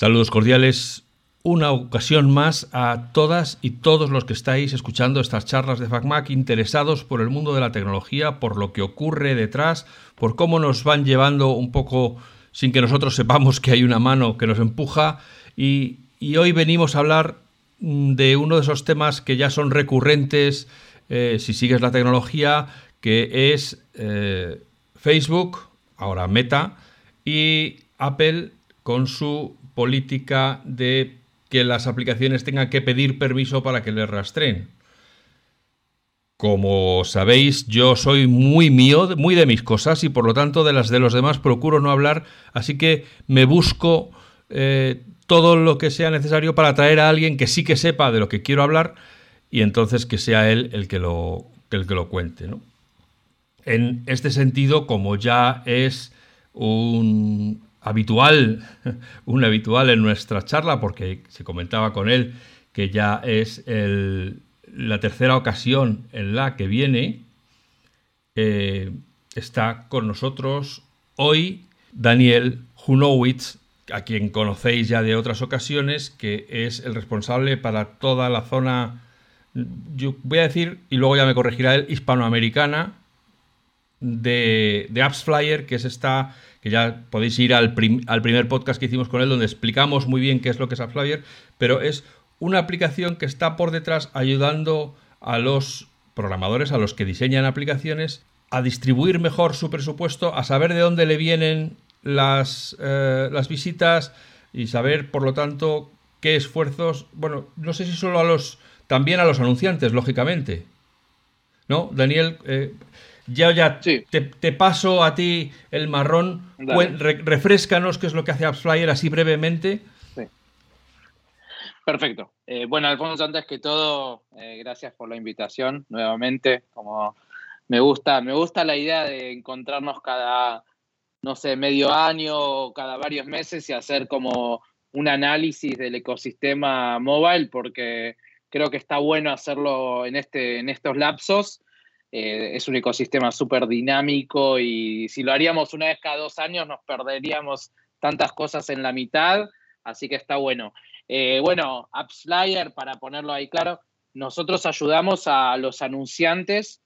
Saludos cordiales, una ocasión más a todas y todos los que estáis escuchando estas charlas de FacMac, interesados por el mundo de la tecnología, por lo que ocurre detrás, por cómo nos van llevando un poco sin que nosotros sepamos que hay una mano que nos empuja. Y hoy venimos a hablar de uno de esos temas que ya son recurrentes si sigues la tecnología, que es Facebook, ahora Meta, y Apple con su política de que las aplicaciones tengan que pedir permiso para que les rastreen. Como sabéis, yo soy muy mío, muy de mis cosas, y por lo tanto de las de los demás procuro no hablar, así que me busco todo lo que sea necesario para traer a alguien que sí que sepa de lo que quiero hablar, y entonces que sea él el que lo cuente, ¿no? En este sentido, como ya es un habitual en nuestra charla, porque se comentaba con él que ya es la tercera ocasión en la que viene, está con nosotros hoy Daniel Hunowitz, a quien conocéis ya de otras ocasiones, que es el responsable para toda la zona, yo voy a decir, y luego ya me corregirá él, hispanoamericana, de AppsFlyer, que es esta, que ya podéis ir al primer podcast que hicimos con él, donde explicamos muy bien qué es lo que es AppsFlyer, pero es una aplicación que está por detrás ayudando a los programadores, a los que diseñan aplicaciones, a distribuir mejor su presupuesto, a saber de dónde le vienen las visitas y saber, por lo tanto, qué esfuerzos, bueno, no sé si solo también a los anunciantes, lógicamente, ¿no? Daniel, sí. te paso a ti el marrón. Refréscanos qué es lo que hace AppsFlyer así brevemente. Sí. Perfecto. Bueno, Alfonso, antes que todo, gracias por la invitación nuevamente. Como me gusta la idea de encontrarnos cada, no sé, medio año o cada varios meses y hacer como un análisis del ecosistema mobile, porque creo que está bueno hacerlo en estos lapsos. Es un ecosistema súper dinámico y si lo haríamos una vez cada 2 años nos perderíamos tantas cosas en la mitad, así que está bueno. Bueno, AppsFlyer, para ponerlo ahí claro, nosotros ayudamos a los anunciantes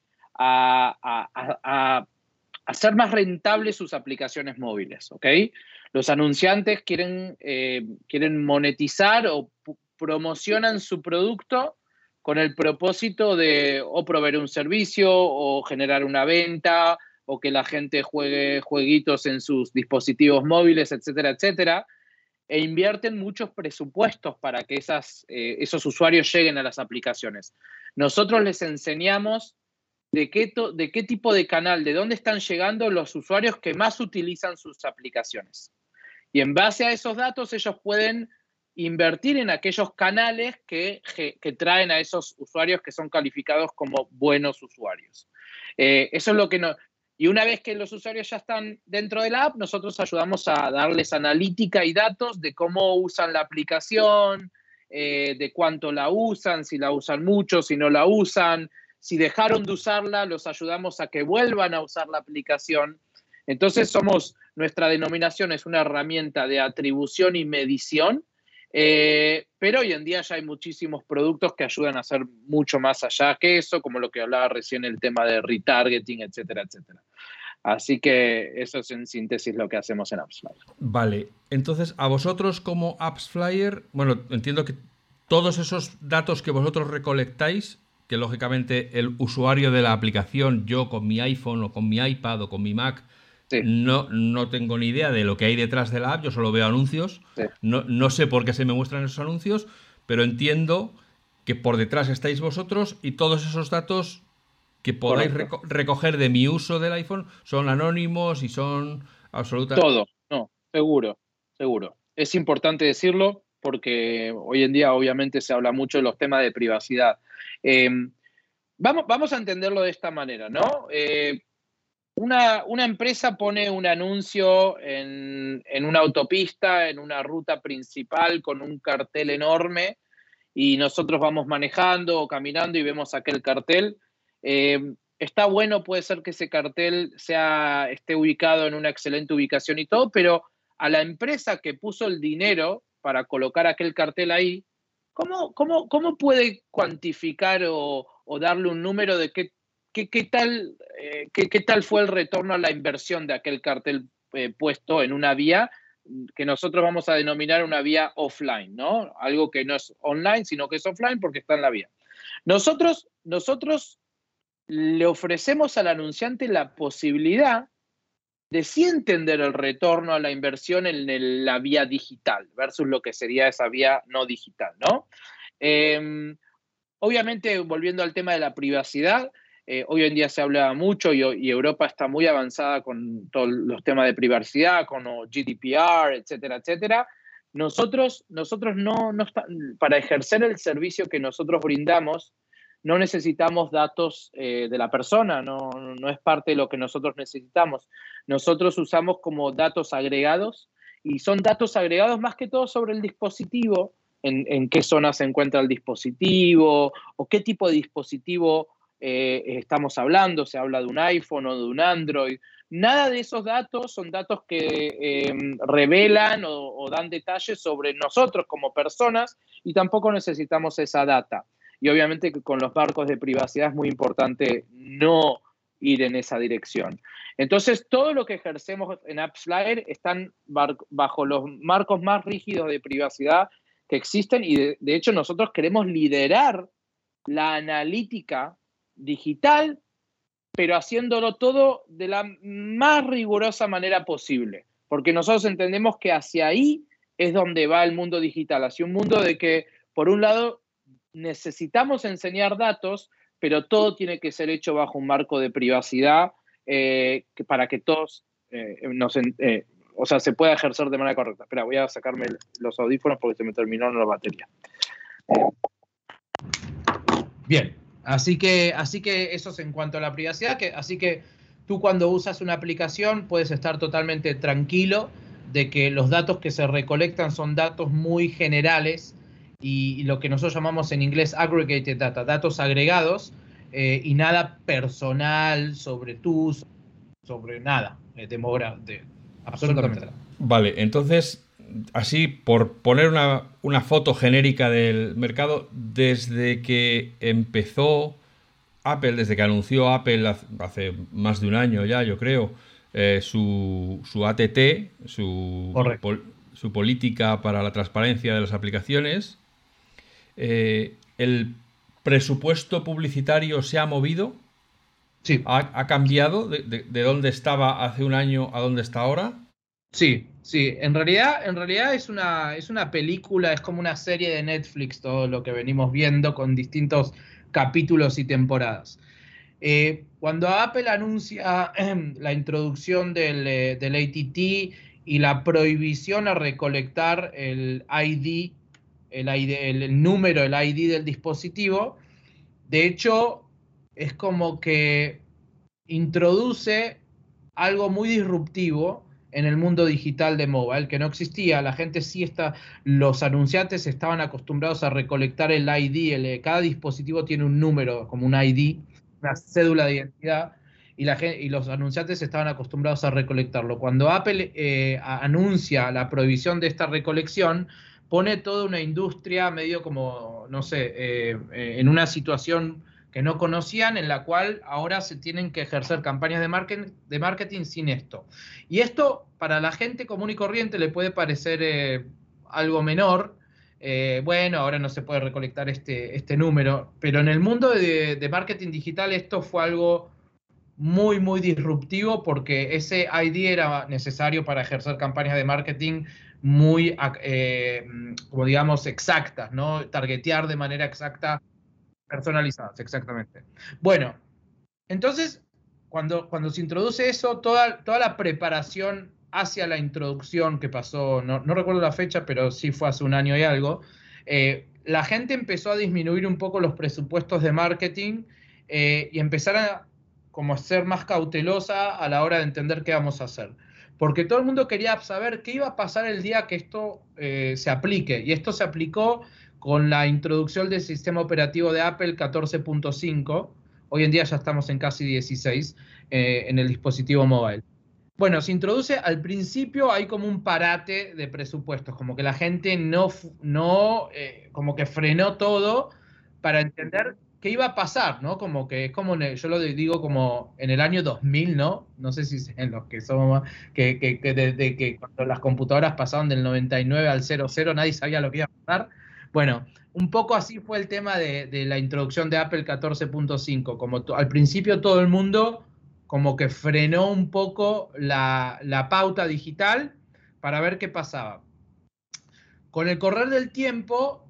a hacer más rentables sus aplicaciones móviles, ¿ok? Los anunciantes quieren monetizar o promocionan su producto con el propósito de o proveer un servicio o generar una venta o que la gente juegue jueguitos en sus dispositivos móviles, etcétera, etcétera, e invierten muchos presupuestos para que esos usuarios lleguen a las aplicaciones. Nosotros les enseñamos de qué tipo de canal, de dónde están llegando los usuarios que más utilizan sus aplicaciones. Y en base a esos datos ellos pueden invertir en aquellos canales que traen a esos usuarios que son calificados como buenos usuarios. Eso es lo que no. Y una vez que los usuarios ya están dentro de la app, nosotros ayudamos a darles analítica y datos de cómo usan la aplicación, de cuánto la usan, si la usan mucho, si no la usan. Si dejaron de usarla, los ayudamos a que vuelvan a usar la aplicación. Entonces nuestra denominación es una herramienta de atribución y medición, pero hoy en día ya hay muchísimos productos que ayudan a hacer mucho más allá que eso, como lo que hablaba recién, el tema de retargeting, etcétera, etcétera. Así que eso es en síntesis lo que hacemos en AppsFlyer. Vale, entonces a vosotros como AppsFlyer, bueno, entiendo que todos esos datos que vosotros recolectáis, que lógicamente el usuario de la aplicación, yo con mi iPhone o con mi iPad o con mi Mac, sí. no tengo ni idea de lo que hay detrás de la app, yo solo veo anuncios, Sí. No sé por qué se me muestran esos anuncios, pero entiendo que por detrás estáis vosotros y todos esos datos que podáis recoger de mi uso del iPhone son anónimos y son absolutamente... Todo, no, seguro. Es importante decirlo porque hoy en día obviamente se habla mucho de los temas de privacidad. Vamos a entenderlo de esta manera, ¿no? Una empresa pone un anuncio en una autopista, en una ruta principal con un cartel enorme y nosotros vamos manejando o caminando y vemos aquel cartel. Está bueno, puede ser que ese cartel esté ubicado en una excelente ubicación y todo, pero a la empresa que puso el dinero para colocar aquel cartel ahí, ¿cómo puede cuantificar o darle un número de qué tal fue el retorno a la inversión de aquel cartel puesto en una vía que nosotros vamos a denominar una vía offline, ¿no? Algo que no es online, sino que es offline porque está en la vía. Nosotros le ofrecemos al anunciante la posibilidad de sí entender el retorno a la inversión en la vía digital versus lo que sería esa vía no digital, ¿no? Obviamente, volviendo al tema de la privacidad, hoy en día se habla mucho y Europa está muy avanzada con todos los temas de privacidad, con GDPR, etcétera, etcétera. Nosotros para ejercer el servicio que nosotros brindamos, no necesitamos datos de la persona, no es parte de lo que nosotros necesitamos. Nosotros usamos como datos agregados y son datos agregados más que todo sobre el dispositivo, en qué zona se encuentra el dispositivo o qué tipo de dispositivo estamos hablando, se habla de un iPhone o de un Android. Nada de esos datos son datos que revelan o dan detalles sobre nosotros como personas y tampoco necesitamos esa data. Y obviamente que con los marcos de privacidad es muy importante no ir en esa dirección. Entonces, todo lo que ejercemos en AppsFlyer están bajo los marcos más rígidos de privacidad que existen y de hecho nosotros queremos liderar la analítica digital, pero haciéndolo todo de la más rigurosa manera posible, porque nosotros entendemos que hacia ahí es donde va el mundo digital, hacia un mundo de que, por un lado, necesitamos enseñar datos, pero todo tiene que ser hecho bajo un marco de privacidad para que todos se pueda ejercer de manera correcta. Espera, voy a sacarme los audífonos porque se me terminaron la batería. Bien, así que eso es en cuanto a la privacidad. Así que tú cuando usas una aplicación puedes estar totalmente tranquilo de que los datos que se recolectan son datos muy generales y lo que nosotros llamamos en inglés aggregated data, datos agregados y nada personal sobre sobre nada, absolutamente nada. Vale, entonces, así por poner una foto genérica del mercado, desde que empezó Apple, desde que anunció Apple hace más de un año ya, yo creo, su ATT, su política para la transparencia de las aplicaciones, el presupuesto publicitario se ha movido. Sí. ¿Ha cambiado de dónde estaba hace un año a dónde está ahora? Sí. En realidad es una película, es como una serie de Netflix, todo lo que venimos viendo con distintos capítulos y temporadas. Cuando Apple anuncia la introducción del ATT y la prohibición a recolectar el ID, el número, el ID del dispositivo, de hecho, es como que introduce algo muy disruptivo en el mundo digital de mobile, que no existía. La gente los anunciantes estaban acostumbrados a recolectar el ID, cada dispositivo tiene un número, como un ID, una cédula de identidad, y los anunciantes estaban acostumbrados a recolectarlo. Cuando Apple anuncia la prohibición de esta recolección, pone toda una industria medio como, no sé, en una situación que no conocían, en la cual ahora se tienen que ejercer campañas de marketing sin esto. Y esto, para la gente común y corriente, le puede parecer algo menor. Bueno, ahora no se puede recolectar este número, pero en el mundo de marketing digital esto fue algo muy, muy disruptivo, porque ese ID era necesario para ejercer campañas de marketing muy, como digamos, exactas, ¿no? Targetear de manera exacta, personalizadas, exactamente. Bueno, entonces, cuando se introduce eso, toda la preparación hacia la introducción que pasó, no recuerdo la fecha, pero sí fue hace un año y algo, la gente empezó a disminuir un poco los presupuestos de marketing y empezar a como ser más cautelosa a la hora de entender qué vamos a hacer. Porque todo el mundo quería saber qué iba a pasar el día que esto se aplique. Y esto se aplicó con la introducción del sistema operativo de Apple 14.5. Hoy en día ya estamos en casi 16 en el dispositivo móvil. Bueno, se introduce al principio, hay como un parate de presupuestos, como que la gente como que frenó todo para entender qué iba a pasar, ¿no? Como que es como, yo lo digo como en el año 2000, ¿no? No sé si en los que somos, desde que cuando las computadoras pasaron del 99 al 00, nadie sabía lo que iba a pasar. Bueno, un poco así fue el tema de la introducción de Apple 14.5, como al principio todo el mundo como que frenó un poco la pauta digital para ver qué pasaba. Con el correr del tiempo,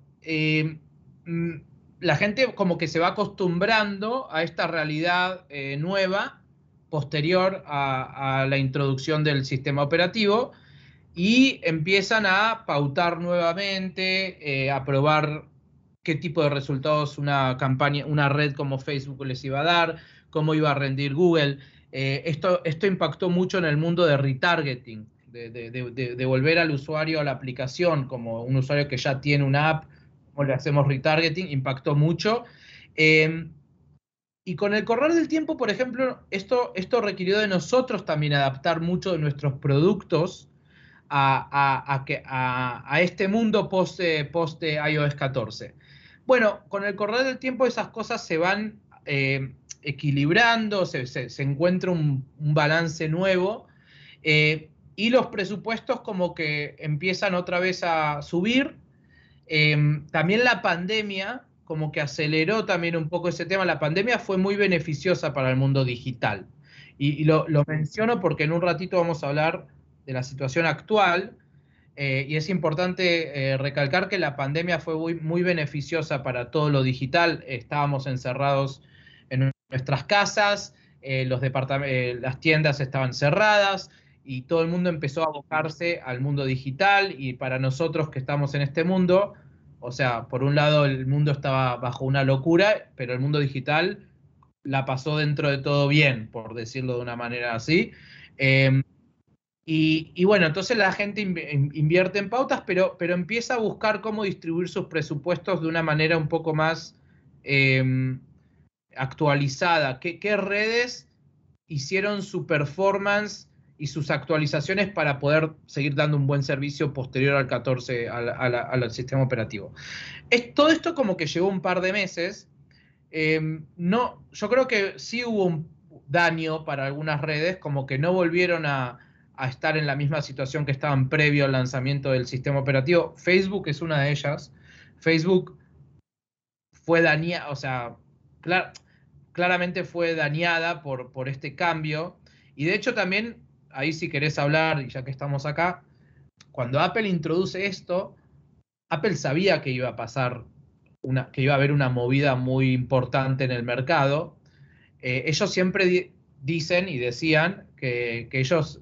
la gente como que se va acostumbrando a esta realidad nueva, posterior a la introducción del sistema operativo, y empiezan a pautar nuevamente, a probar qué tipo de resultados una campaña, una red como Facebook les iba a dar, cómo iba a rendir Google. Esto impactó mucho en el mundo de retargeting, de volver al usuario a la aplicación, como un usuario que ya tiene una app, como le hacemos retargeting, impactó mucho. Y con el correr del tiempo, por ejemplo, esto requirió de nosotros también adaptar mucho de nuestros productos a este mundo post iOS 14. Bueno, con el correr del tiempo esas cosas se van equilibrando, se encuentra un balance nuevo, y los presupuestos como que empiezan otra vez a subir. También la pandemia como que aceleró también un poco ese tema. La pandemia fue muy beneficiosa para el mundo digital. Y lo menciono porque en un ratito vamos a hablar de la situación actual, y es importante recalcar que la pandemia fue muy beneficiosa para todo lo digital. Estábamos encerrados en nuestras casas, las tiendas estaban cerradas y todo el mundo empezó a abocarse al mundo digital, y para nosotros que estamos en este mundo, o sea, por un lado el mundo estaba bajo una locura, pero el mundo digital la pasó dentro de todo bien, por decirlo de una manera así. Y bueno, entonces la gente invierte en pautas, pero empieza a buscar cómo distribuir sus presupuestos de una manera un poco más actualizada. ¿Qué redes hicieron su performance y sus actualizaciones para poder seguir dando un buen servicio posterior al 14, al sistema operativo? Todo esto como que llevó un par de meses. No, yo creo que sí hubo un daño para algunas redes, como que no volvieron a estar en la misma situación que estaban previo al lanzamiento del sistema operativo. Facebook es una de ellas. Facebook fue dañada, o sea, claramente fue dañada por este cambio. Y de hecho también, ahí si querés hablar, y ya que estamos acá, cuando Apple introduce esto, Apple sabía que iba a pasar, que iba a haber una movida muy importante en el mercado. Ellos siempre dicen y decían que ellos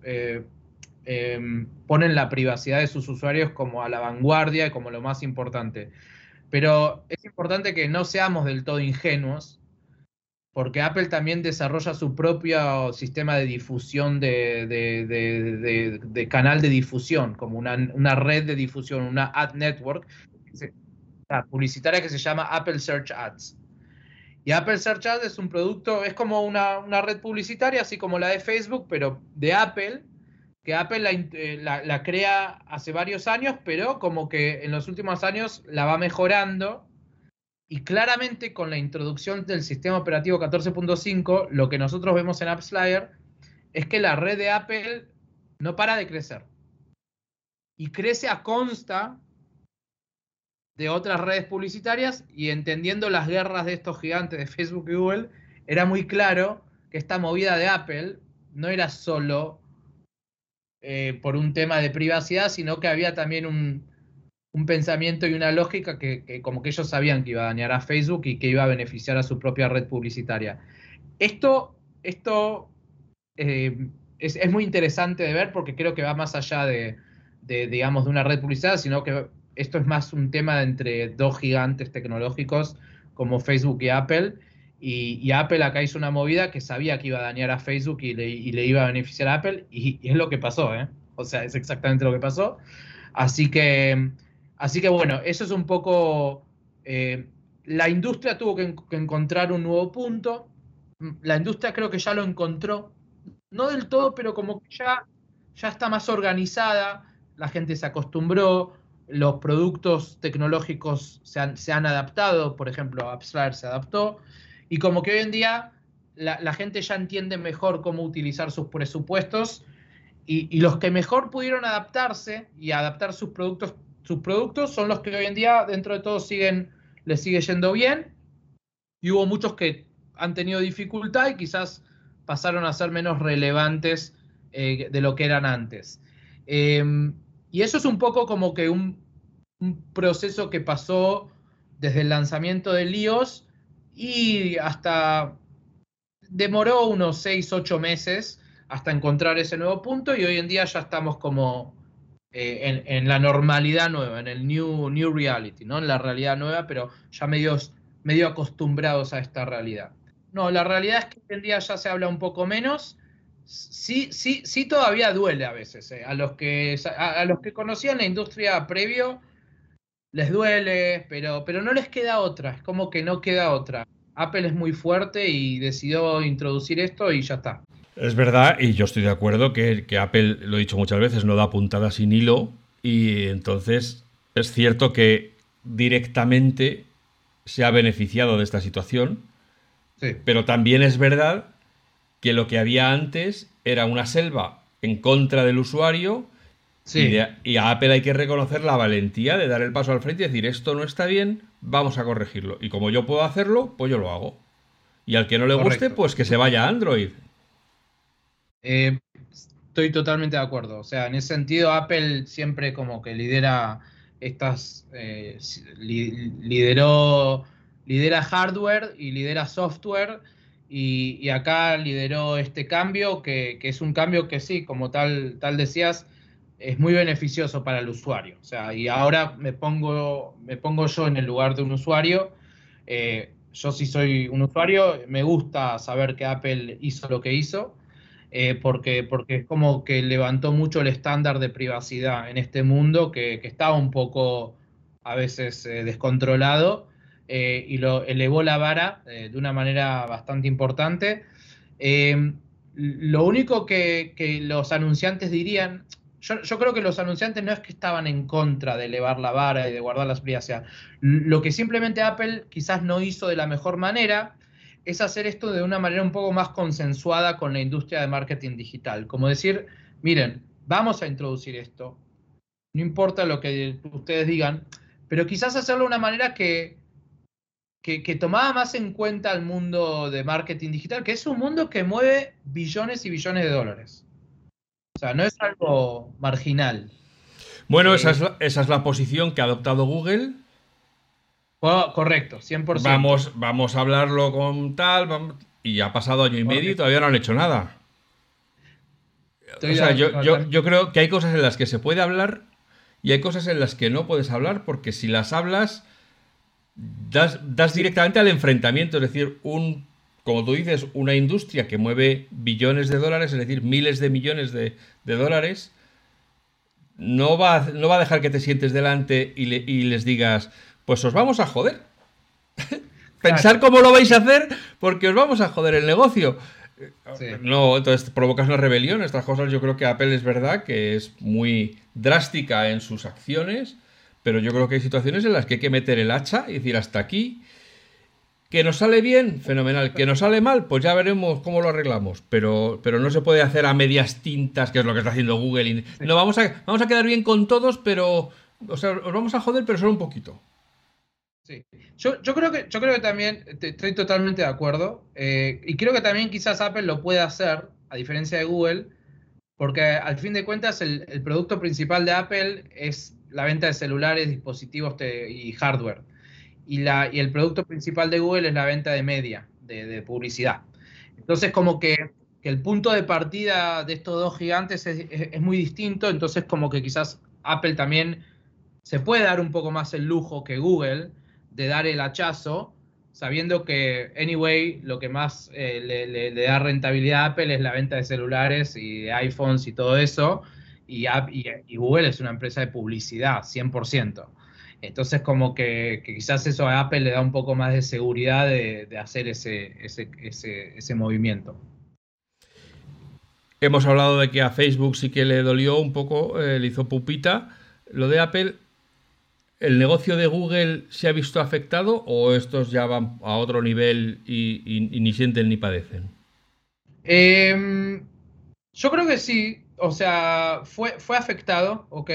ponen la privacidad de sus usuarios como a la vanguardia y como lo más importante. Pero es importante que no seamos del todo ingenuos, porque Apple también desarrolla su propio sistema de difusión, de canal de difusión, como una red de difusión, una ad network publicitaria que se llama Apple Search Ads. Y Apple Search Ads es un producto, es como una red publicitaria, así como la de Facebook, pero de Apple, que Apple la crea hace varios años, pero como que en los últimos años la va mejorando. Y claramente con la introducción del sistema operativo 14.5, lo que nosotros vemos en AppsFlyer es que la red de Apple no para de crecer. Y crece a consta de otras redes publicitarias, y entendiendo las guerras de estos gigantes de Facebook y Google, era muy claro que esta movida de Apple no era solo por un tema de privacidad, sino que había también un pensamiento y una lógica que como que ellos sabían que iba a dañar a Facebook y que iba a beneficiar a su propia red publicitaria. Esto es muy interesante de ver, porque creo que va más allá digamos, de una red publicitaria, sino que esto es más un tema entre dos gigantes tecnológicos como Facebook y Apple. Y Apple acá hizo una movida que sabía que iba a dañar a Facebook y le iba a beneficiar a Apple, y es lo que pasó, ¿eh? O sea, es exactamente lo que pasó. Así que bueno, eso es un poco... la industria tuvo que encontrar un nuevo punto. La industria creo que ya lo encontró. no del todo, pero como que ya está más organizada, la gente se acostumbró, los productos tecnológicos se han adaptado, por ejemplo, AppsFlyer se adaptó, y como que hoy en día la gente ya entiende mejor cómo utilizar sus presupuestos, y los que mejor pudieron adaptarse y adaptar sus productos son los que hoy en día, dentro de todo, les sigue yendo bien, y hubo muchos que han tenido dificultad y quizás pasaron a ser menos relevantes de lo que eran antes. Y eso es un poco como que un proceso que pasó desde el lanzamiento del iOS y hasta demoró unos 6-8 meses hasta encontrar ese nuevo punto, y hoy en día ya estamos como en la normalidad nueva, en el new reality, ¿no? En la realidad nueva, pero ya medio acostumbrados a esta realidad. No, la realidad es que hoy en día ya se habla un poco menos. Sí todavía duele a veces. A los que conocían la industria previo les duele, pero no les queda otra. Es como que no queda otra. Apple es muy fuerte y decidió introducir esto y ya está. Es verdad, y yo estoy de acuerdo que Apple, lo he dicho muchas veces, no da puntada sin hilo, y entonces es cierto que directamente se ha beneficiado de esta situación, Sí. pero también es verdad que lo que había antes era una selva en contra del usuario. Sí. Y a Apple hay que reconocer la valentía de dar el paso al frente y decir, esto no está bien, vamos a corregirlo. Y como yo puedo hacerlo, pues yo lo hago. Y al que no le guste, Correcto. pues que se vaya a Android. Estoy totalmente de acuerdo. O sea, en ese sentido, Apple siempre como que lidera lidera hardware y lidera software, y acá lideró este cambio, que es un cambio que sí, como tal decías, es muy beneficioso para el usuario. O sea, y ahora me pongo yo en el lugar de un usuario. Yo sí soy un usuario, me gusta saber que Apple hizo lo que hizo, porque es como que levantó mucho el estándar de privacidad en este mundo que estaba un poco a veces descontrolado, y lo elevó la vara de una manera bastante importante. Eh, lo único que los anunciantes dirían, yo creo que los anunciantes no es que estaban en contra de elevar la vara y de guardar las privacidad. Lo que simplemente Apple quizás no hizo de la mejor manera es hacer esto de una manera un poco más consensuada con la industria de marketing digital. Como decir, miren, vamos a introducir esto, no importa lo que ustedes digan, pero quizás hacerlo de una manera que tomaba más en cuenta el mundo de marketing digital, que es un mundo que mueve billones y billones de dólares. O sea, no es algo marginal. Bueno, esa es la posición que ha adoptado Google. Correcto, 100%. Vamos a hablarlo con tal, y ha pasado año y medio y todavía no han hecho nada. O sea, yo creo que hay cosas en las que se puede hablar y hay cosas en las que no puedes hablar, porque si las hablas, das directamente al enfrentamiento. Es decir, como tú dices, una industria que mueve billones de dólares, es decir, miles de millones de dólares, no va a dejar que te sientes delante y les digas, pues os vamos a joder. Pensar cómo lo vais a hacer, porque os vamos a joder el negocio. Sí. No, entonces provocas una rebelión. Estas cosas, yo creo que Apple es verdad que es muy drástica en sus acciones, pero yo creo que hay situaciones en las que hay que meter el hacha y decir hasta aquí. Que nos sale bien, fenomenal. Que nos sale mal, pues ya veremos cómo lo arreglamos. Pero no se puede hacer a medias tintas, que es lo que está haciendo Google. No, vamos a quedar bien con todos, pero, o sea, os vamos a joder, pero solo un poquito. Sí. Yo creo que también estoy totalmente de acuerdo, y creo que también quizás Apple lo puede hacer, a diferencia de Google, porque al fin de cuentas el producto principal de Apple es la venta de celulares, dispositivos y hardware, y el producto principal de Google es la venta de media, de publicidad. Entonces como que el punto de partida de estos dos gigantes es muy distinto, entonces como que quizás Apple también se puede dar un poco más el lujo que Google de dar el hachazo, sabiendo que, anyway, lo que más le da rentabilidad a Apple es la venta de celulares y de iPhones y todo eso, y Google es una empresa de publicidad, 100%. Entonces, como que quizás eso a Apple le da un poco más de seguridad de hacer ese movimiento. Hemos hablado de que a Facebook sí que le dolió un poco, le hizo pupita. Lo de Apple, ¿el negocio de Google se ha visto afectado o estos ya van a otro nivel y ni sienten ni padecen? Yo creo que sí, o sea, fue afectado, ¿ok?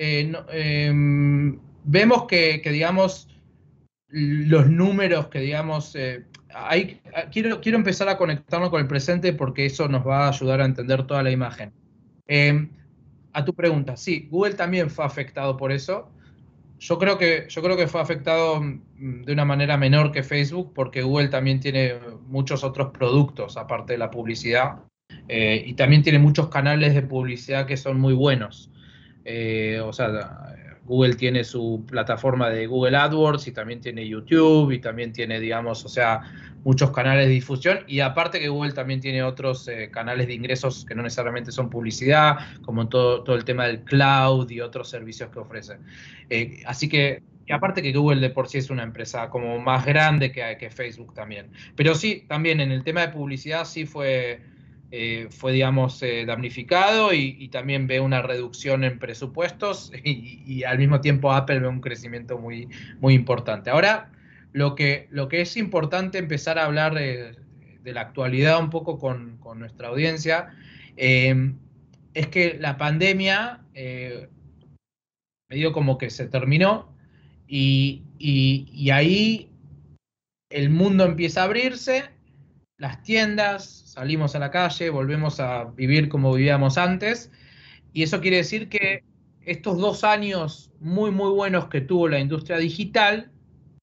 Vemos que, digamos, los números que, digamos, quiero empezar a conectarnos con el presente porque eso nos va a ayudar a entender toda la imagen. A tu pregunta, sí, Google también fue afectado por eso. Yo creo que fue afectado de una manera menor que Facebook porque Google también tiene muchos otros productos aparte de la publicidad y también tiene muchos canales de publicidad que son muy buenos. O sea, Google tiene su plataforma de Google AdWords y también tiene YouTube y también tiene, digamos, o sea, muchos canales de difusión y aparte que Google también tiene otros canales de ingresos que no necesariamente son publicidad, como todo el tema del cloud y otros servicios que ofrece. Así que, y aparte que Google de por sí es una empresa como más grande que Facebook también. Pero sí, también en el tema de publicidad sí fue digamos, damnificado y también ve una reducción en presupuestos y al mismo tiempo Apple ve un crecimiento muy, muy importante. Ahora, lo que es importante empezar a hablar de la actualidad un poco con nuestra audiencia es que la pandemia medio como que se terminó y ahí el mundo empieza a abrirse, las tiendas, salimos a la calle, volvemos a vivir como vivíamos antes, y eso quiere decir que estos 2 años muy, muy buenos que tuvo la industria digital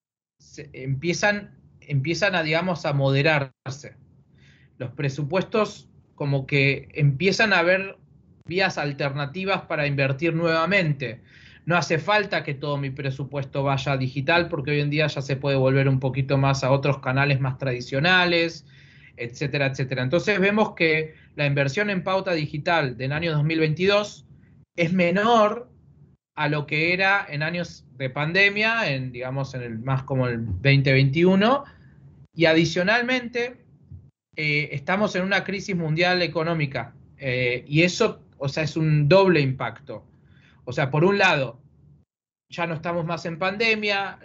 empiezan a, digamos, a moderarse. Los presupuestos como que empiezan a haber vías alternativas para invertir nuevamente. No hace falta que todo mi presupuesto vaya a digital porque hoy en día ya se puede volver un poquito más a otros canales más tradicionales, etcétera, etcétera. Entonces vemos que la inversión en pauta digital del año 2022 es menor a lo que era en años de pandemia, digamos, más como el 2021, y adicionalmente estamos en una crisis mundial económica y eso, o sea, es un doble impacto. O sea, por un lado, ya no estamos más en pandemia,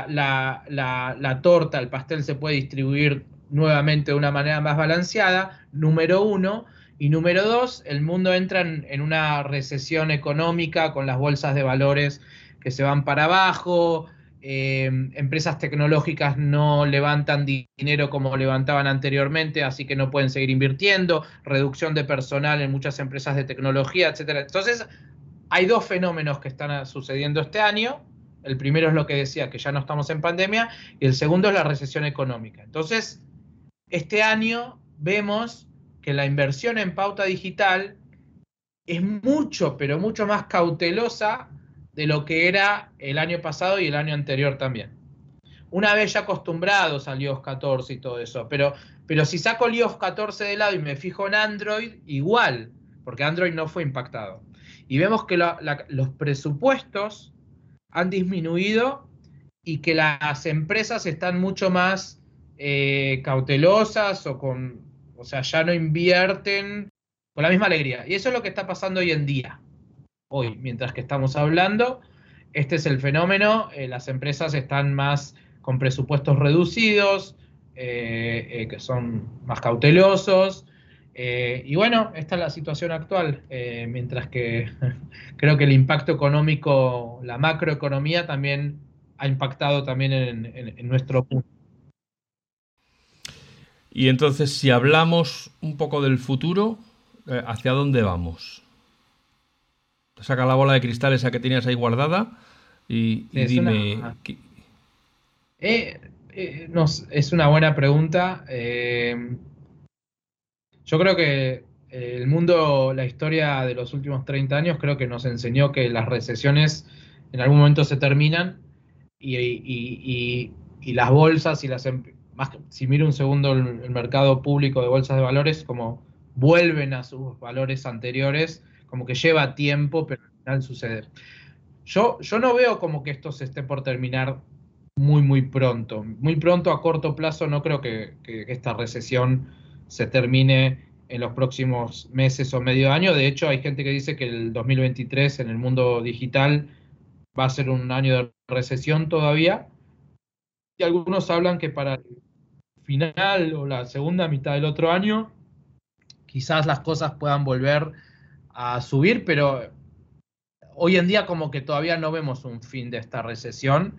la torta, el pastel se puede distribuir nuevamente de una manera más balanceada, número uno, y número dos, el mundo entra en una recesión económica con las bolsas de valores que se van para abajo, empresas tecnológicas no levantan dinero como levantaban anteriormente, así que no pueden seguir invirtiendo, reducción de personal en muchas empresas de tecnología, etcétera. Entonces, hay dos fenómenos que están sucediendo este año. El primero es lo que decía, que ya no estamos en pandemia, y el segundo es la recesión económica. Entonces, este año vemos que la inversión en pauta digital es mucho, pero mucho más cautelosa de lo que era el año pasado y el año anterior también. Una vez ya acostumbrados al iOS 14 y todo eso, pero si saco el iOS 14 de lado y me fijo en Android, igual, porque Android no fue impactado. Y vemos que los presupuestos han disminuido y que las empresas están mucho más cautelosas o sea, ya no invierten con la misma alegría. Y eso es lo que está pasando hoy en día. Hoy, mientras que estamos hablando, este es el fenómeno, las empresas están más con presupuestos reducidos, que son más cautelosos, y bueno, esta es la situación actual, mientras que creo que el impacto económico, la macroeconomía también ha impactado también en nuestro punto. Y entonces, si hablamos un poco del futuro, ¿hacia dónde vamos? Saca la bola de cristal esa que tenías ahí guardada y dime... Es una buena pregunta. Yo creo que el mundo, la historia de los últimos 30 años, creo que nos enseñó que las recesiones en algún momento se terminan y las bolsas y si miro un segundo el mercado público de bolsas de valores, como vuelven a sus valores anteriores, como que lleva tiempo, pero al final sucede. Yo no veo como que esto se esté por terminar muy, muy pronto. Muy pronto, a corto plazo, no creo que esta recesión se termine en los próximos meses o medio año. De hecho, hay gente que dice que el 2023 en el mundo digital va a ser un año de recesión todavía. Y algunos hablan que para el final o la segunda mitad del otro año quizás las cosas puedan volver a subir, pero hoy en día como que todavía no vemos un fin de esta recesión.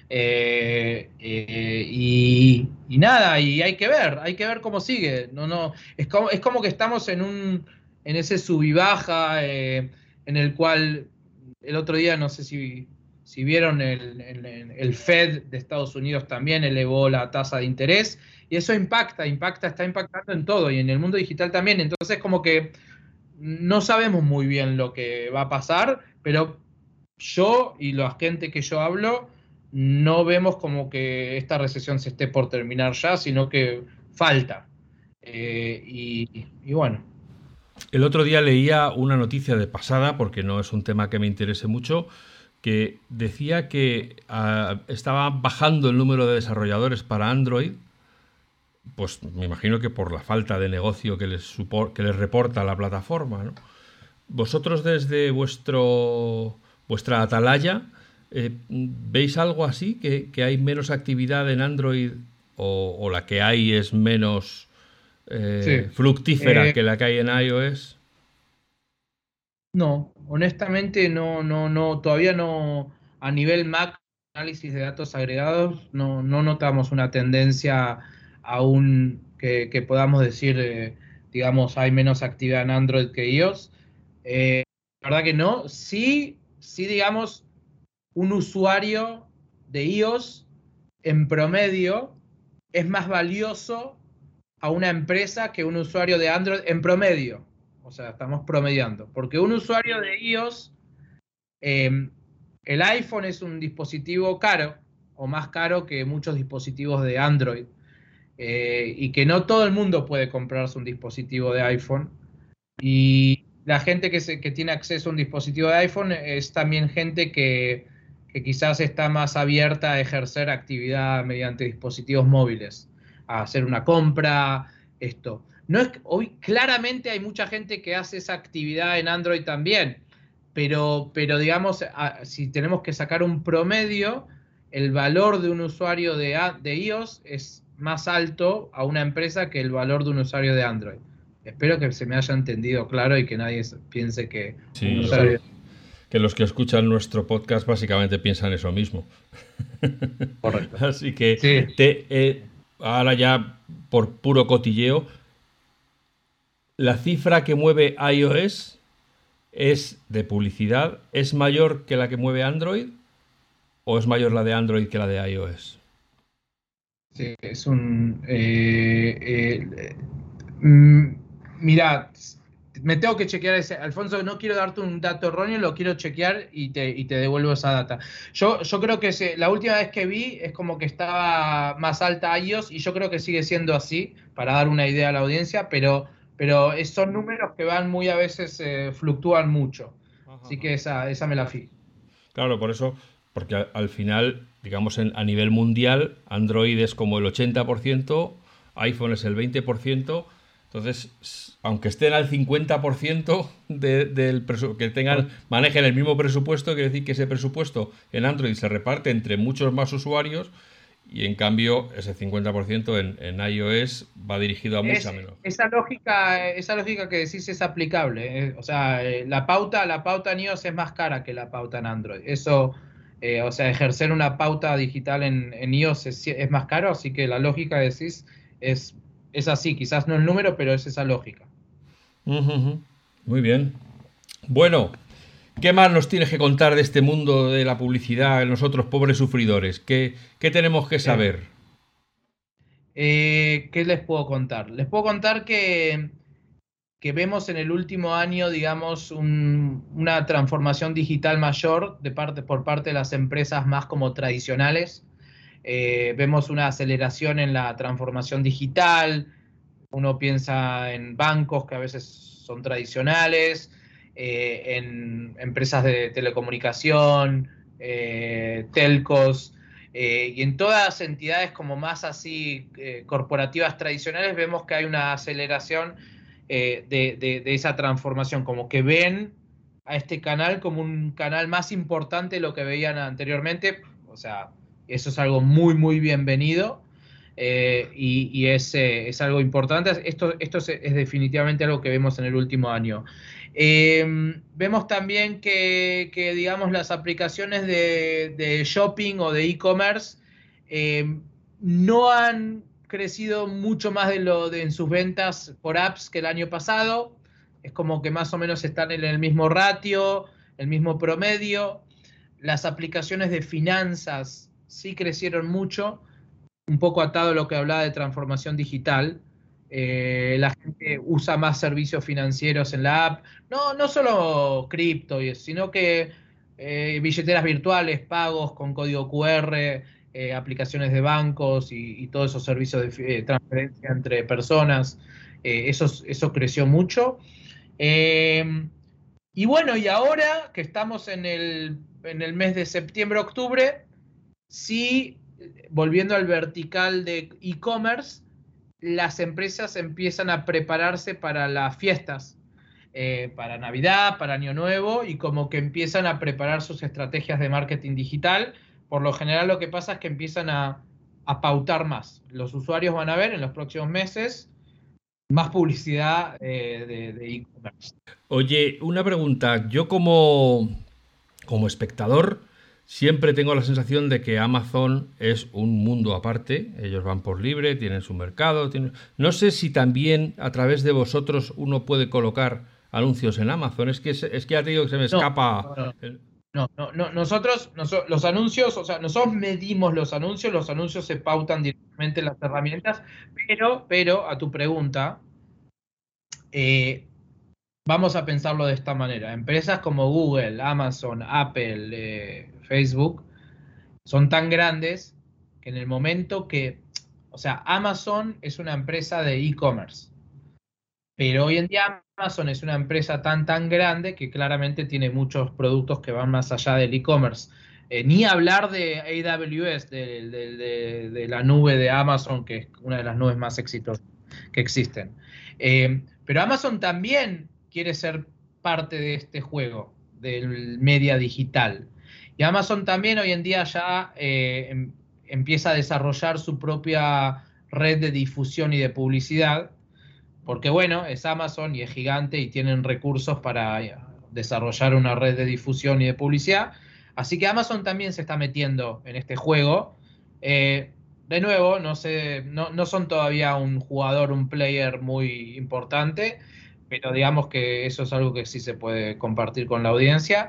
Y nada, y hay que ver cómo sigue. Es como que estamos en ese sub y baja, en el cual el otro día, no sé si vieron, el Fed de Estados Unidos también elevó la tasa de interés, y eso está impactando en todo, y en el mundo digital también. Entonces como que no sabemos muy bien lo que va a pasar, pero yo y la gente que yo hablo no vemos como que esta recesión se esté por terminar ya, sino que falta. Y bueno. El otro día leía una noticia de pasada, porque no es un tema que me interese mucho, que decía que estaba bajando el número de desarrolladores para Android, pues me imagino que por la falta de negocio que les reporta la plataforma, ¿no? Vosotros desde vuestra atalaya, ¿veis algo así? ¿Que hay menos actividad en Android o la que hay es menos fructífera que la que hay en iOS? No, honestamente no, todavía no, a nivel Mac, análisis de datos agregados, no notamos una tendencia aún que podamos decir, digamos, hay menos actividad en Android que iOS. La verdad que no. Sí, digamos, un usuario de iOS en promedio es más valioso a una empresa que un usuario de Android en promedio. O sea, estamos promediando. Porque un usuario de iOS, el iPhone es un dispositivo caro, o más caro que muchos dispositivos de Android. Y que no todo el mundo puede comprarse un dispositivo de iPhone. Y la gente que tiene acceso a un dispositivo de iPhone es también gente que quizás está más abierta a ejercer actividad mediante dispositivos móviles, a hacer una compra, esto. No es, hoy claramente hay mucha gente que hace esa actividad en Android también, pero digamos, si tenemos que sacar un promedio, el valor de un usuario de iOS es más alto a una empresa que el valor de un usuario de Android. Espero que se me haya entendido claro y que nadie piense que un usuario... Que los que escuchan nuestro podcast básicamente piensan eso mismo. Correcto. Así que sí. Ahora ya por puro cotilleo, la cifra que mueve iOS es de publicidad, ¿es mayor que la que mueve Android o es mayor la de Android que la de iOS? Sí, es un... Mira, me tengo que chequear ese. Alfonso, no quiero darte un dato erróneo, lo quiero chequear y te devuelvo esa data. Yo creo que la última vez que vi es como que estaba más alta iOS, y yo creo que sigue siendo así, para dar una idea a la audiencia, pero son números que van muy, a veces fluctúan mucho. Así que esa me la fijo. Claro, por eso, porque al final, digamos, a nivel mundial, Android es como el 80%, iPhone es el 20%. Entonces, aunque estén al 50% que manejen el mismo presupuesto, quiere decir que ese presupuesto en Android se reparte entre muchos más usuarios, y en cambio ese 50% en iOS va dirigido a mucha menos. Esa lógica que decís es aplicable. O sea, la pauta en iOS es más cara que la pauta en Android. Eso, o sea, ejercer una pauta digital en iOS es más caro, así que la lógica que decís es así, quizás no el número, pero es esa lógica. Muy bien. Bueno, ¿qué más nos tienes que contar de este mundo de la publicidad, nosotros pobres sufridores? ¿Qué tenemos que saber? ¿Qué les puedo contar? Les puedo contar que vemos en el último año, digamos, una transformación digital mayor por parte de las empresas más como tradicionales. Vemos una aceleración en la transformación digital. Uno piensa en bancos que a veces son tradicionales, en empresas de telecomunicación, telcos, y en todas las entidades como más así corporativas tradicionales vemos que hay una aceleración de esa transformación, como que ven a este canal como un canal más importante de lo que veían anteriormente. O sea, eso es algo muy, muy bienvenido. Y es algo importante. Esto es definitivamente algo que vemos en el último año. Vemos también que, digamos, las aplicaciones de shopping o de e-commerce no han crecido mucho más en sus ventas por apps que el año pasado. Es como que más o menos están en el mismo ratio, el mismo promedio. Las aplicaciones de finanzas sí crecieron mucho, un poco atado a lo que hablaba de transformación digital. La gente usa más servicios financieros en la app, no solo cripto, sino que billeteras virtuales, pagos con código QR, aplicaciones de bancos y todos esos servicios de transferencia entre personas. Eso creció mucho. Y bueno, y ahora que estamos en el mes de septiembre-octubre, sí, volviendo al vertical de e-commerce, las empresas empiezan a prepararse para las fiestas, para Navidad, para Año Nuevo, y como que empiezan a preparar sus estrategias de marketing digital. Por lo general lo que pasa es que empiezan a pautar más. Los usuarios van a ver en los próximos meses más publicidad de e-commerce. Oye, una pregunta. Yo como espectador siempre tengo la sensación de que Amazon es un mundo aparte. Ellos van por libre, tienen su mercado. No sé si también a través de vosotros uno puede colocar anuncios en Amazon. Es que ya te digo que se me escapa. No. Nosotros, los anuncios, o sea, nosotros medimos los anuncios se pautan directamente en las herramientas, pero a tu pregunta, vamos a pensarlo de esta manera. Empresas como Google, Amazon, Apple, Facebook, son tan grandes que en el momento que, o sea, Amazon es una empresa de e-commerce, pero hoy en día Amazon es una empresa tan grande que claramente tiene muchos productos que van más allá del e-commerce. Ni hablar de AWS, de la nube de Amazon, que es una de las nubes más exitosas que existen. Pero Amazon también quiere ser parte de este juego del media digital. Y Amazon también hoy en día ya empieza a desarrollar su propia red de difusión y de publicidad, porque bueno, es Amazon y es gigante y tienen recursos para desarrollar una red de difusión y de publicidad. Así que Amazon también se está metiendo en este juego. De nuevo, no son todavía un jugador, un player muy importante, pero digamos que eso es algo que sí se puede compartir con la audiencia.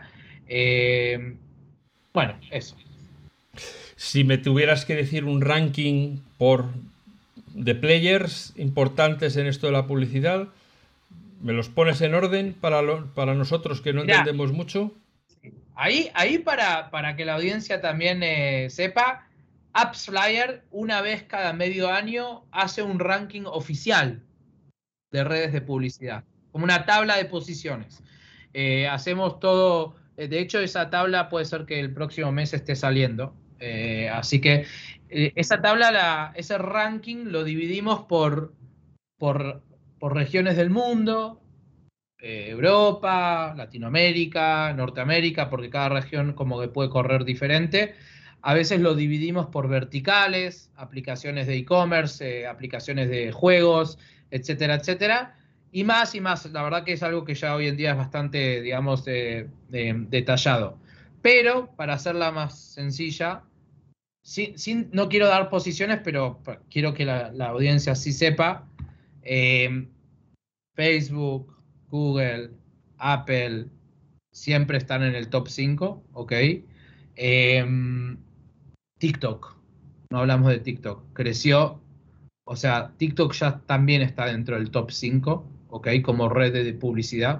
Bueno, eso. Si me tuvieras que decir un ranking de players importantes en esto de la publicidad, ¿me los pones en orden para nosotros que no entendemos mucho? Ahí para que la audiencia también sepa, AppsFlyer una vez cada medio año hace un ranking oficial de redes de publicidad, como una tabla de posiciones. Hacemos todo, de hecho esa tabla puede ser que el próximo mes esté saliendo, así que esa tabla, ese ranking lo dividimos por regiones del mundo, Europa, Latinoamérica, Norteamérica, porque cada región como que puede correr diferente. A veces lo dividimos por verticales, aplicaciones de e-commerce, aplicaciones de juegos, etcétera, etcétera. Y más. La verdad que es algo que ya hoy en día es bastante, digamos, detallado. Pero, para hacerla más sencilla, no quiero dar posiciones, pero quiero que la audiencia sí sepa. Facebook, Google, Apple, siempre están en el top 5, ¿ok? TikTok, no hablamos de TikTok, creció, o sea, TikTok ya también está dentro del top 5, ¿ok? Como red de publicidad.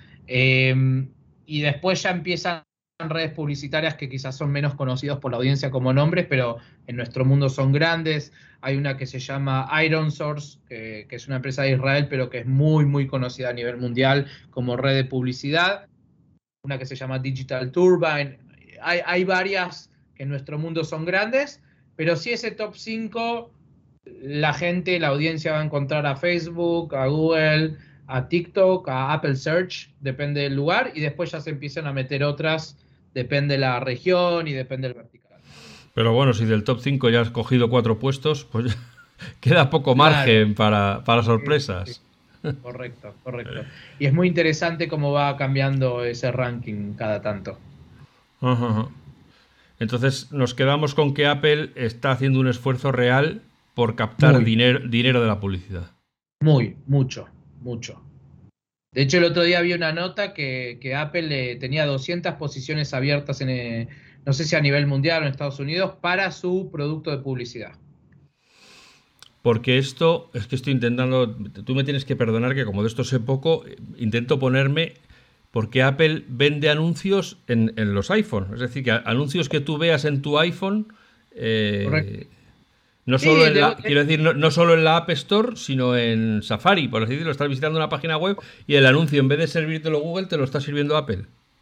Y después ya empiezan redes publicitarias que quizás son menos conocidos por la audiencia como nombres, pero en nuestro mundo son grandes. Hay una que se llama IronSource, que es una empresa de Israel, pero que es muy, muy conocida a nivel mundial como red de publicidad. Una que se llama Digital Turbine. Hay varias que en nuestro mundo son grandes, pero si ese top 5, la audiencia va a encontrar a Facebook, a Google, a TikTok, a Apple Search, depende del lugar, y después ya se empiezan a meter otras, depende de la región y depende del vertical. Pero bueno, si del top 5 ya has cogido 4 puestos, pues queda poco Claro. margen para sorpresas. Sí. Correcto, correcto. Y es muy interesante cómo va cambiando ese ranking cada tanto. Ajá. Entonces nos quedamos con que Apple está haciendo un esfuerzo real por captar dinero de la publicidad. Mucho. De hecho, el otro día vi una nota que Apple tenía 200 posiciones abiertas no sé si a nivel mundial o en Estados Unidos, para su producto de publicidad. Porque esto, es que estoy intentando, tú me tienes que perdonar que como de esto sé poco, intento ponerme, porque Apple vende anuncios en los iPhone. Es decir, que anuncios que tú veas en tu iPhone, no solo quiero decir, no solo en la App Store, sino en Safari, por así decirlo, estás visitando una página web y el anuncio, en vez de servírtelo Google, te lo está sirviendo Apple.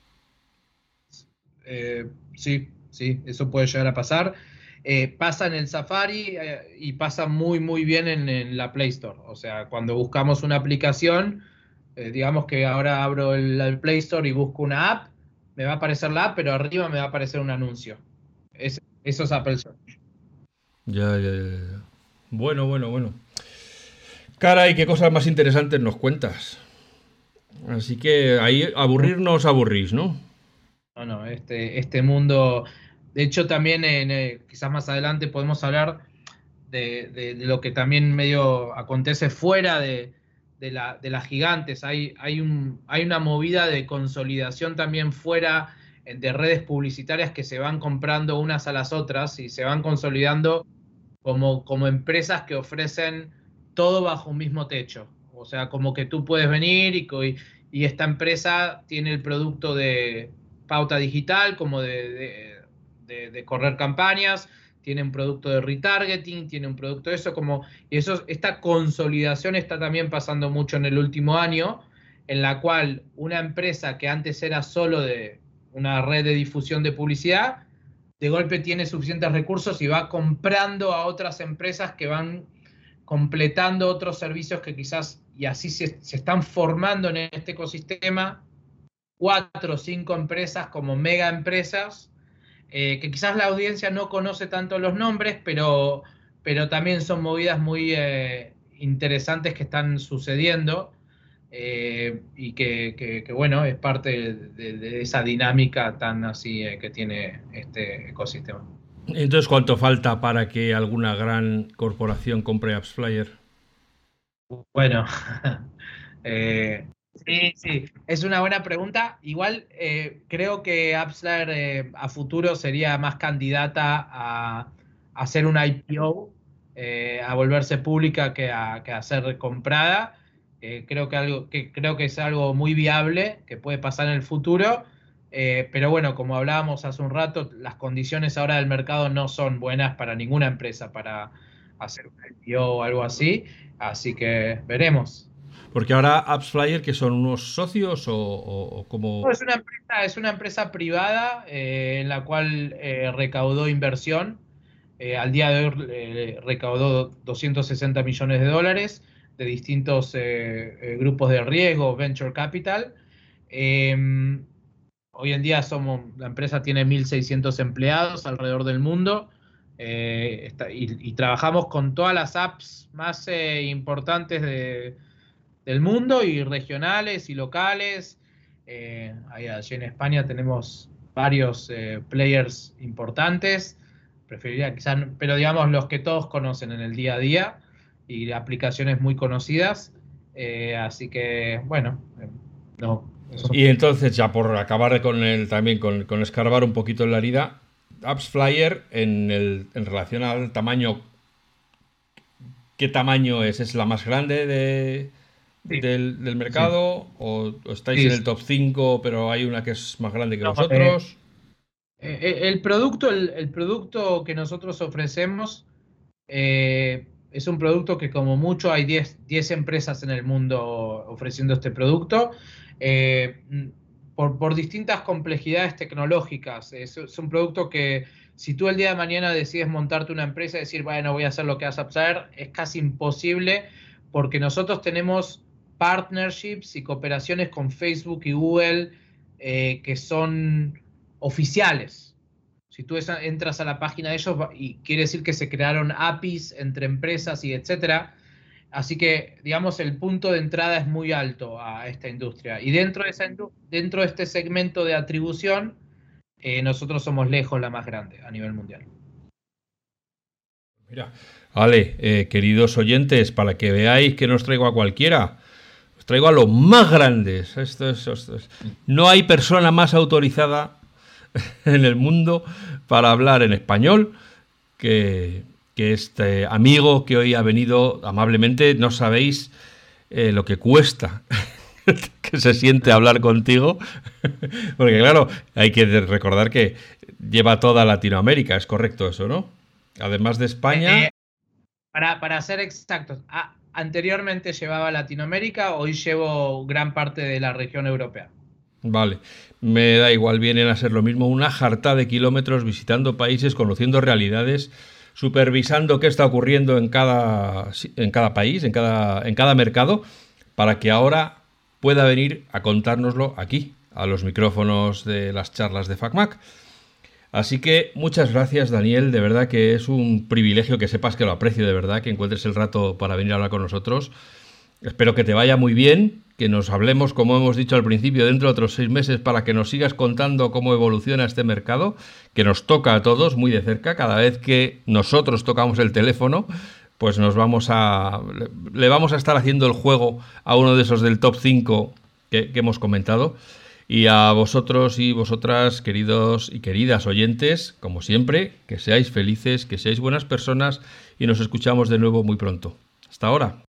Sí, eso puede llegar a pasar. Pasa en el Safari y pasa muy bien en la Play Store. O sea, cuando buscamos una aplicación, digamos que ahora abro el Play Store y busco una app, me va a aparecer la app, pero arriba me va a aparecer un anuncio. Eso es Apple Search. Ya. Bueno. Caray, qué cosas más interesantes nos cuentas. Así que ahí no os aburrís, ¿no? No, este mundo... De hecho, también quizás más adelante podemos hablar de lo que también medio acontece fuera de las gigantes. Hay una movida de consolidación también fuera de redes publicitarias que se van comprando unas a las otras y se van consolidando como empresas que ofrecen todo bajo un mismo techo. O sea, como que tú puedes venir y esta empresa tiene el producto de pauta digital, como de correr campañas, tiene un producto de retargeting, tiene un producto de eso, esta consolidación está también pasando mucho en el último año, en la cual una empresa que antes era solo de una red de difusión de publicidad, de golpe tiene suficientes recursos y va comprando a otras empresas que van completando otros servicios que quizás, y así se están formando en este ecosistema, 4 o 5 empresas como mega empresas, que quizás la audiencia no conoce tanto los nombres, pero también son movidas muy interesantes que están sucediendo, y que bueno, es parte de esa dinámica tan así que tiene este ecosistema. Entonces, ¿cuánto falta para que alguna gran corporación compre AppsFlyer? Bueno, sí, es una buena pregunta. Igual creo que AppsFlyer a futuro sería más candidata a hacer una IPO, a volverse pública que a ser comprada. Creo que es algo muy viable que puede pasar en el futuro. Pero bueno, como hablábamos hace un rato, las condiciones ahora del mercado no son buenas para ninguna empresa para hacer una IPO o algo así. Así que veremos. Porque ahora AppsFlyer, ¿que son unos socios o como...? No, es una empresa privada en la cual recaudó inversión. Al día de hoy recaudó $260 millones de distintos grupos de riesgo, venture capital. Hoy en día la empresa tiene 1.600 empleados alrededor del mundo, y trabajamos con todas las apps más importantes del mundo, y regionales y locales. Allí en España tenemos varios players importantes, preferiría quizás, pero digamos los que todos conocen en el día a día, y aplicaciones muy conocidas. Así que bueno, no. Y entonces, ya por acabar también con escarbar un poquito en la herida, AppsFlyer en relación al tamaño, ¿qué tamaño es? ¿Es la más grande del mercado? Sí. ¿O estáis en el top 5, pero hay una que es más grande que vosotros? El producto que nosotros ofrecemos es un producto que como mucho hay 10 empresas en el mundo ofreciendo este producto, por distintas complejidades tecnológicas. Es un producto que si tú el día de mañana decides montarte una empresa y decir, bueno, voy a hacer lo que hace AppsFlyer, es casi imposible, porque nosotros tenemos partnerships y cooperaciones con Facebook y Google que son oficiales. Si tú entras a la página de ellos, y quiere decir que se crearon APIs entre empresas y etcétera. Así que, digamos, el punto de entrada es muy alto a esta industria. Y dentro de este segmento de atribución, nosotros somos lejos la más grande a nivel mundial. Mira, vale, queridos oyentes, para que veáis que no os traigo a cualquiera, os traigo a los más grandes. Esto es. No hay persona más autorizada en el mundo para hablar en español que este amigo que hoy ha venido amablemente. No sabéis lo que cuesta que se siente hablar contigo, porque claro, hay que recordar que lleva toda Latinoamérica, es correcto eso, ¿no? Además de España. Para ser exactos, anteriormente llevaba Latinoamérica, hoy llevo gran parte de la región europea. Vale, me da igual, vienen a ser lo mismo, una jarta de kilómetros visitando países, conociendo realidades, supervisando qué está ocurriendo en cada país, en cada mercado, para que ahora pueda venir a contárnoslo aquí, a los micrófonos de las charlas de FacMac. Así que muchas gracias, Daniel, de verdad que es un privilegio, que sepas que lo aprecio de verdad, que encuentres el rato para venir a hablar con nosotros. Espero que te vaya muy bien, que nos hablemos, como hemos dicho al principio, dentro de otros 6 meses para que nos sigas contando cómo evoluciona este mercado, que nos toca a todos muy de cerca. Cada vez que nosotros tocamos el teléfono, pues le vamos a estar haciendo el juego a uno de esos del top 5 que hemos comentado. Y a vosotros y vosotras, queridos y queridas oyentes, como siempre, que seáis felices, que seáis buenas personas y nos escuchamos de nuevo muy pronto. Hasta ahora.